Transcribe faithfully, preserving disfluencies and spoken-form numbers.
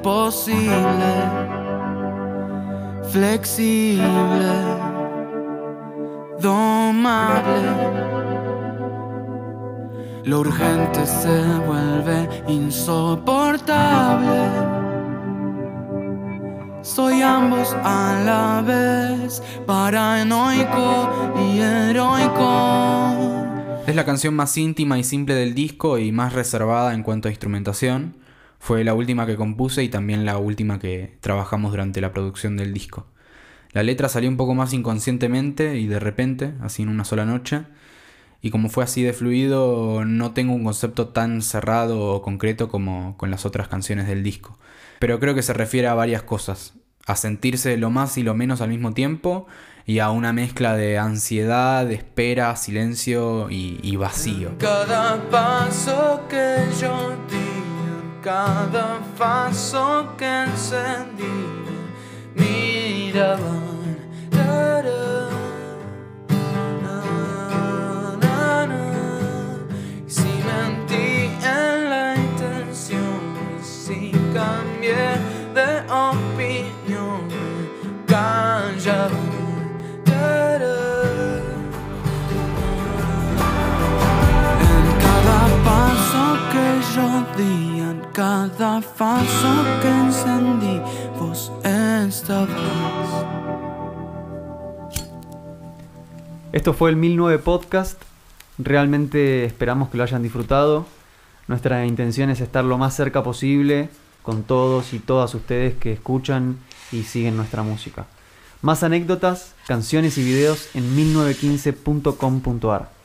imposible, flexible, domable. Lo urgente se vuelve insoportable. Soy ambos a la vez, paranoico y heroico. Es la canción más íntima y simple del disco y más reservada en cuanto a instrumentación. Fue la última que compuse y también la última que trabajamos durante la producción del disco. La letra salió un poco más inconscientemente y de repente, así en una sola noche. Y como fue así de fluido, no tengo un concepto tan cerrado o concreto como con las otras canciones del disco. Pero creo que se refiere a varias cosas. A sentirse lo más y lo menos al mismo tiempo y a una mezcla de ansiedad, de espera, silencio y, y vacío. Cada paso que yo di, cada paso que encendí, miraban. Si mentí en la intención, si cambié de opinión, callaban. Yo di, en cada paso que encendí, vos estabas. Esto fue el mil nueve Podcast. Realmente esperamos que lo hayan disfrutado. Nuestra intención es estar lo más cerca posible con todos y todas ustedes que escuchan y siguen nuestra música. Más anécdotas, canciones y videos en mil novecientos quince punto com punto ar.